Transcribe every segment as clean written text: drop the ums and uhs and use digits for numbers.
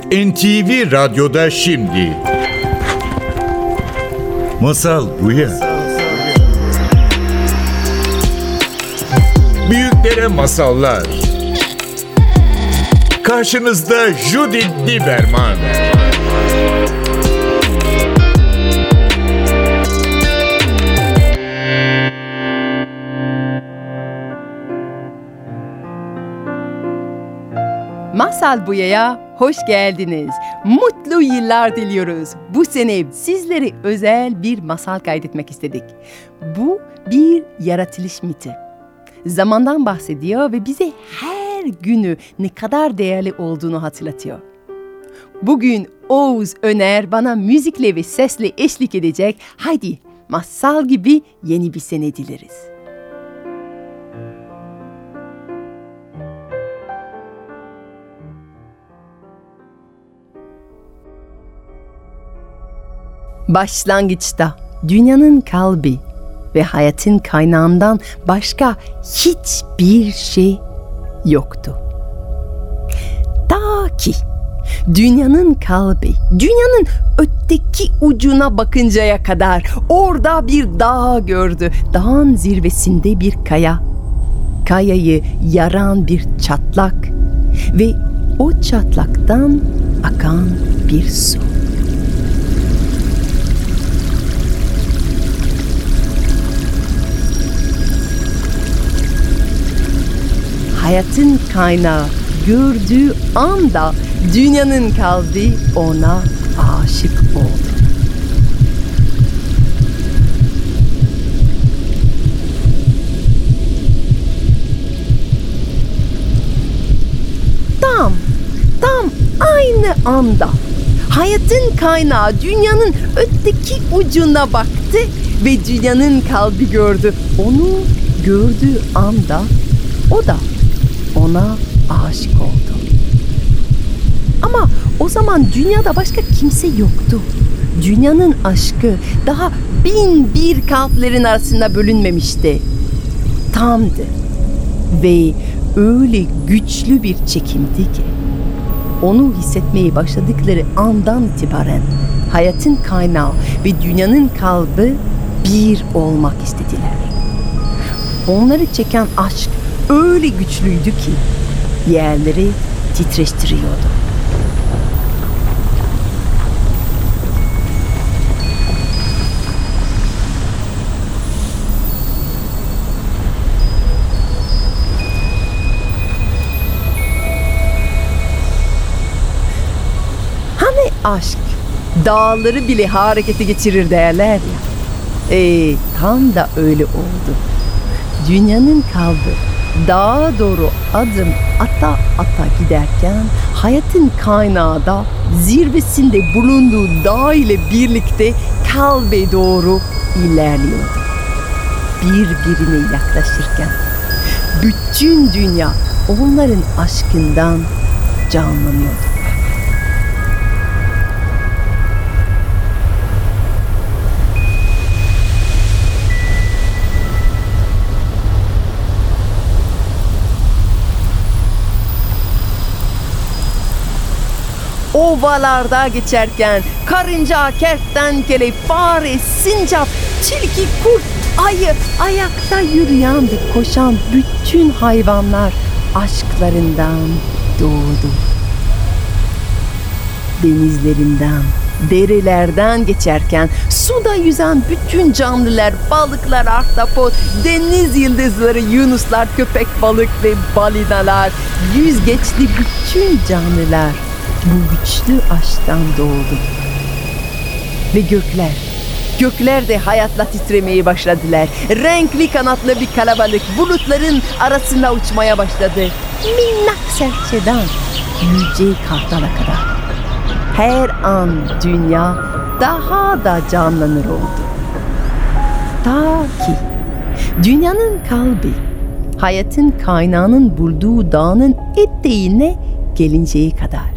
NTV Radyo'da şimdi. Masal Buya. Büyüklere masallar. Karşınızda Judith Lieberman. Masal Buya'ya hoş geldiniz. Mutlu yıllar diliyoruz. Bu sene sizlere özel bir masal kaydetmek istedik. Bu bir yaratılış miti. Zamandan bahsediyor ve bize her günü ne kadar değerli olduğunu hatırlatıyor. Bugün Oğuz Öner bana müzikle ve sesle eşlik edecek. Haydi masal gibi yeni bir sene dileriz. Başlangıçta dünyanın kalbi ve hayatın kaynağından başka hiçbir şey yoktu. Ta ki dünyanın kalbi, dünyanın öteki ucuna bakıncaya kadar orada bir dağ gördü. Dağın zirvesinde bir kaya, kayayı yaran bir çatlak ve o çatlaktan akan bir su. Hayatın kaynağı gördüğü anda dünyanın kalbi ona aşık oldu. Tam aynı anda hayatın kaynağı dünyanın öteki ucuna baktı ve dünyanın kalbi gördü. Onu gördüğü anda o da ona aşık oldu. Ama o zaman dünyada başka kimse yoktu. Dünyanın aşkı daha 1001 kalplerin arasında bölünmemişti. Tamdı ve öyle güçlü bir çekimdi ki onu hissetmeye başladıkları andan itibaren hayatın kaynağı ve dünyanın kalbi bir olmak istediler. Onları çeken aşk öyle güçlüydü ki yerleri titreştiriyordu. Hani aşk dağları bile harekete geçirir derler ya. Tam da öyle oldu. Dünyanın kalbi dağa doğru adım ata giderken hayatın kaynağı da zirvesinde bulunduğu dağ ile birlikte kalbe doğru ilerliyordu. Birbirine yaklaşırken bütün dünya onların aşkından canlanıyordu. Ovalarda geçerken karınca, kertenkele, fare, sincap, tilki, kurt, ayı, ayakta yürüyen ve koşan bütün hayvanlar aşklarından doğdu. Denizlerinden, derelerden geçerken suda yüzen bütün canlılar, balıklar, ahtapot, deniz yıldızları, yunuslar, köpek balık ve balinalar, yüzgeçli bütün canlılar bu güçlü aşktan doğdu. Ve gökler de hayatla titremeye başladılar. Renkli kanatlı bir kalabalık bulutların arasında uçmaya başladı. Minnak serçeden yüce kartala kadar. Her an dünya daha da canlanır oldu. Ta ki dünyanın kalbi hayatın kaynağının bulduğu dağın eteğine gelinceye kadar.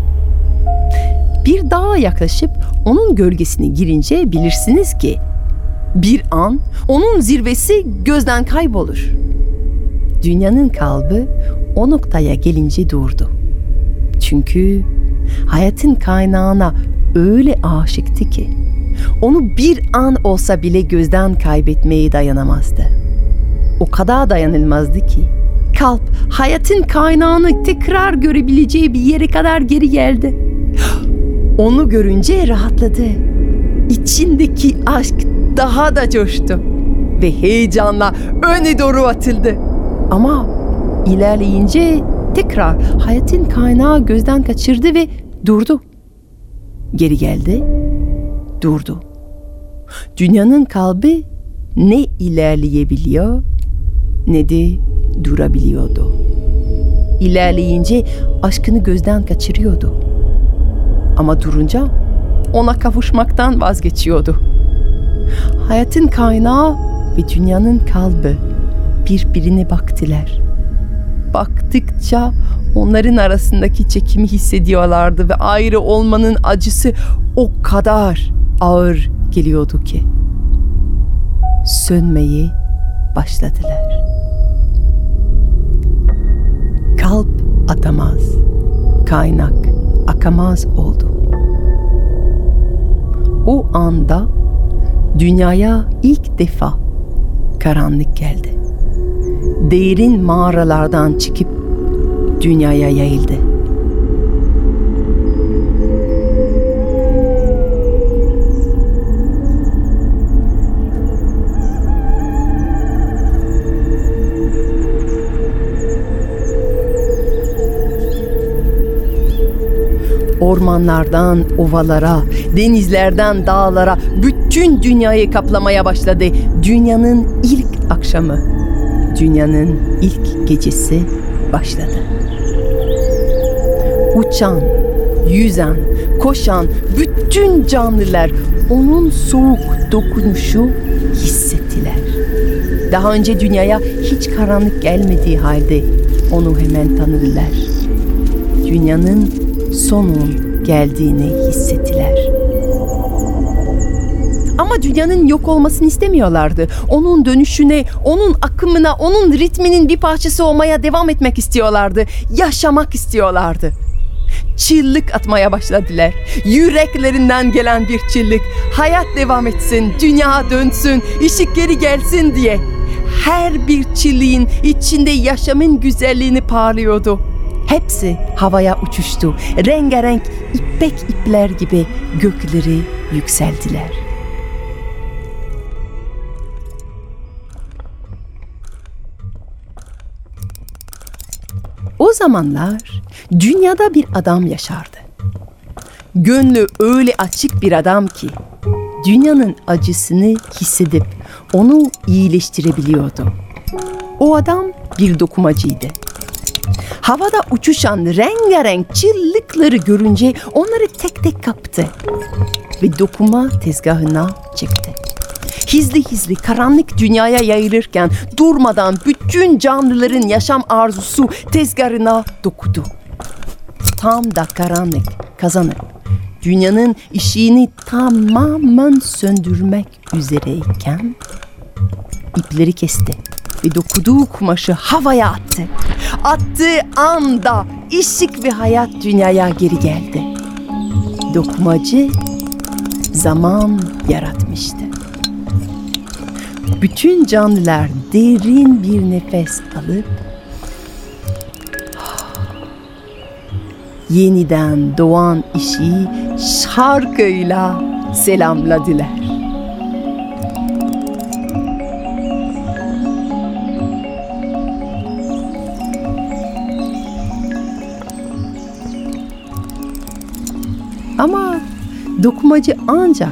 Bir dağa yaklaşıp onun gölgesine girince bilirsiniz ki bir an onun zirvesi gözden kaybolur. Dünyanın kalbi o noktaya gelince durdu. Çünkü hayatın kaynağına öyle aşıktı ki onu bir an olsa bile gözden kaybetmeye dayanamazdı. O kadar dayanılmazdı ki kalp hayatın kaynağını tekrar görebileceği bir yere kadar geri geldi. Onu görünce rahatladı. İçindeki aşk daha da coştu ve heyecanla öne doğru atıldı. Ama ilerleyince tekrar hayatın kaynağı gözden kaçırdı ve durdu. Geri geldi, durdu. Dünyanın kalbi ne ilerleyebiliyor ne de durabiliyordu. İlerleyince aşkını gözden kaçırıyordu. Ama durunca ona kavuşmaktan vazgeçiyordu. Hayatın kaynağı ve dünyanın kalbi birbirine baktılar. Baktıkça onların arasındaki çekimi hissediyorlardı ve ayrı olmanın acısı o kadar ağır geliyordu ki sönmeye başladılar. Kalp atamaz, kaynak akamaz oldu. O anda dünyaya ilk defa karanlık geldi. Derin mağaralardan çıkıp dünyaya yayıldı. Ormanlardan ovalara, denizlerden dağlara bütün dünyayı kaplamaya başladı. Dünyanın ilk akşamı, dünyanın ilk gecesi başladı. Uçan, yüzen, koşan bütün canlılar onun soğuk dokunuşu hissettiler. Daha önce dünyaya hiç karanlık gelmediği halde onu hemen tanıdılar. Dünyanın sonun geldiğini hissettiler. Ama dünyanın yok olmasını istemiyorlardı. Onun dönüşüne, onun akımına, onun ritminin bir parçası olmaya devam etmek istiyorlardı. Yaşamak istiyorlardı. Çığlık atmaya başladılar. Yüreklerinden gelen bir çığlık. Hayat devam etsin, dünya dönsün, ışık geri gelsin diye. Her bir çığlığın içinde yaşamın güzelliğini parlıyordu. Hepsi havaya uçuştu. Rengarenk ipek ipler gibi gökleri yükseldiler. O zamanlar dünyada bir adam yaşardı. Gönlü öyle açık bir adam ki dünyanın acısını hissedip onu iyileştirebiliyordu. O adam bir dokumacıydı. Havada uçuşan rengarenk çığlıkları görünce onları tek tek kaptı ve dokuma tezgahına çekti. Hizli karanlık dünyaya yayılırken durmadan bütün canlıların yaşam arzusu tezgahına dokudu. Tam da karanlık kazanıp dünyanın ışığını tamamen söndürmek üzereyken ipleri kesti ve dokuduğu kumaşı havaya attı. Attığı anda ışık ve hayat dünyaya geri geldi. Dokumacı zaman yaratmıştı. Bütün canlılar derin bir nefes alıp yeniden doğan ışığı şarkıyla selamladılar. Ama dokumacı ancak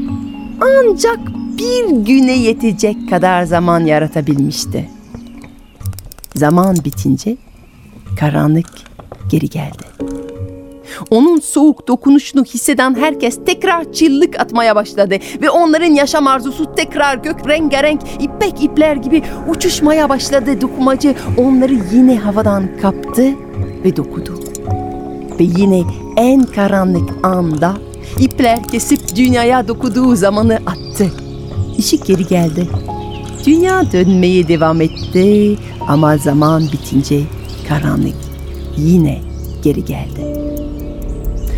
bir güne yetecek kadar zaman yaratabilmişti. Zaman bitince karanlık geri geldi. Onun soğuk dokunuşunu hisseden herkes tekrar çığlık atmaya başladı ve onların yaşam arzusu tekrar gök rengarenk ipek ipler gibi uçuşmaya başladı. Dokumacı onları yine havadan kaptı ve dokudu. Ve yine en karanlık anda ipler kesip dünyaya dokuduğu zamanı attı. Işık geri geldi. Dünya dönmeye devam etti ama zaman bitince karanlık yine geri geldi.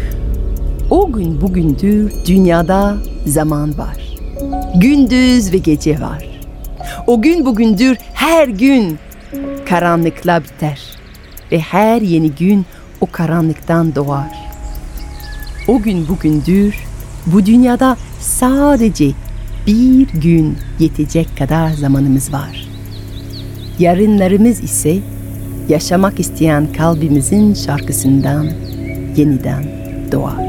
O gün bugündür dünyada zaman var. Gündüz ve gece var. O gün bugündür her gün karanlıkla biter. Ve her yeni gün o karanlıktan doğar. O gün bugündür bu dünyada sadece bir gün yetecek kadar zamanımız var. Yarınlarımız ise yaşamak isteyen kalbimizin şarkısından yeniden doğar.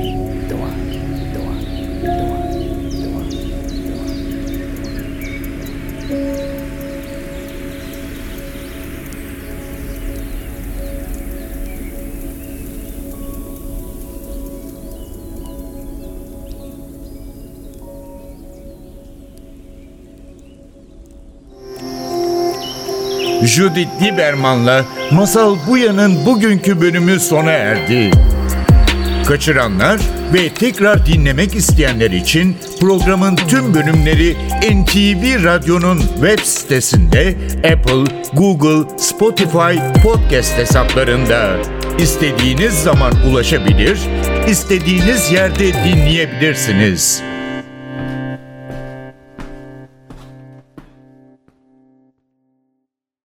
Judith Lieberman'la Masal Buya'nın bugünkü bölümü sona erdi. Kaçıranlar ve tekrar dinlemek isteyenler için programın tüm bölümleri NTV Radyo'nun web sitesinde, Apple, Google, Spotify podcast hesaplarında istediğiniz zaman ulaşabilir, istediğiniz yerde dinleyebilirsiniz.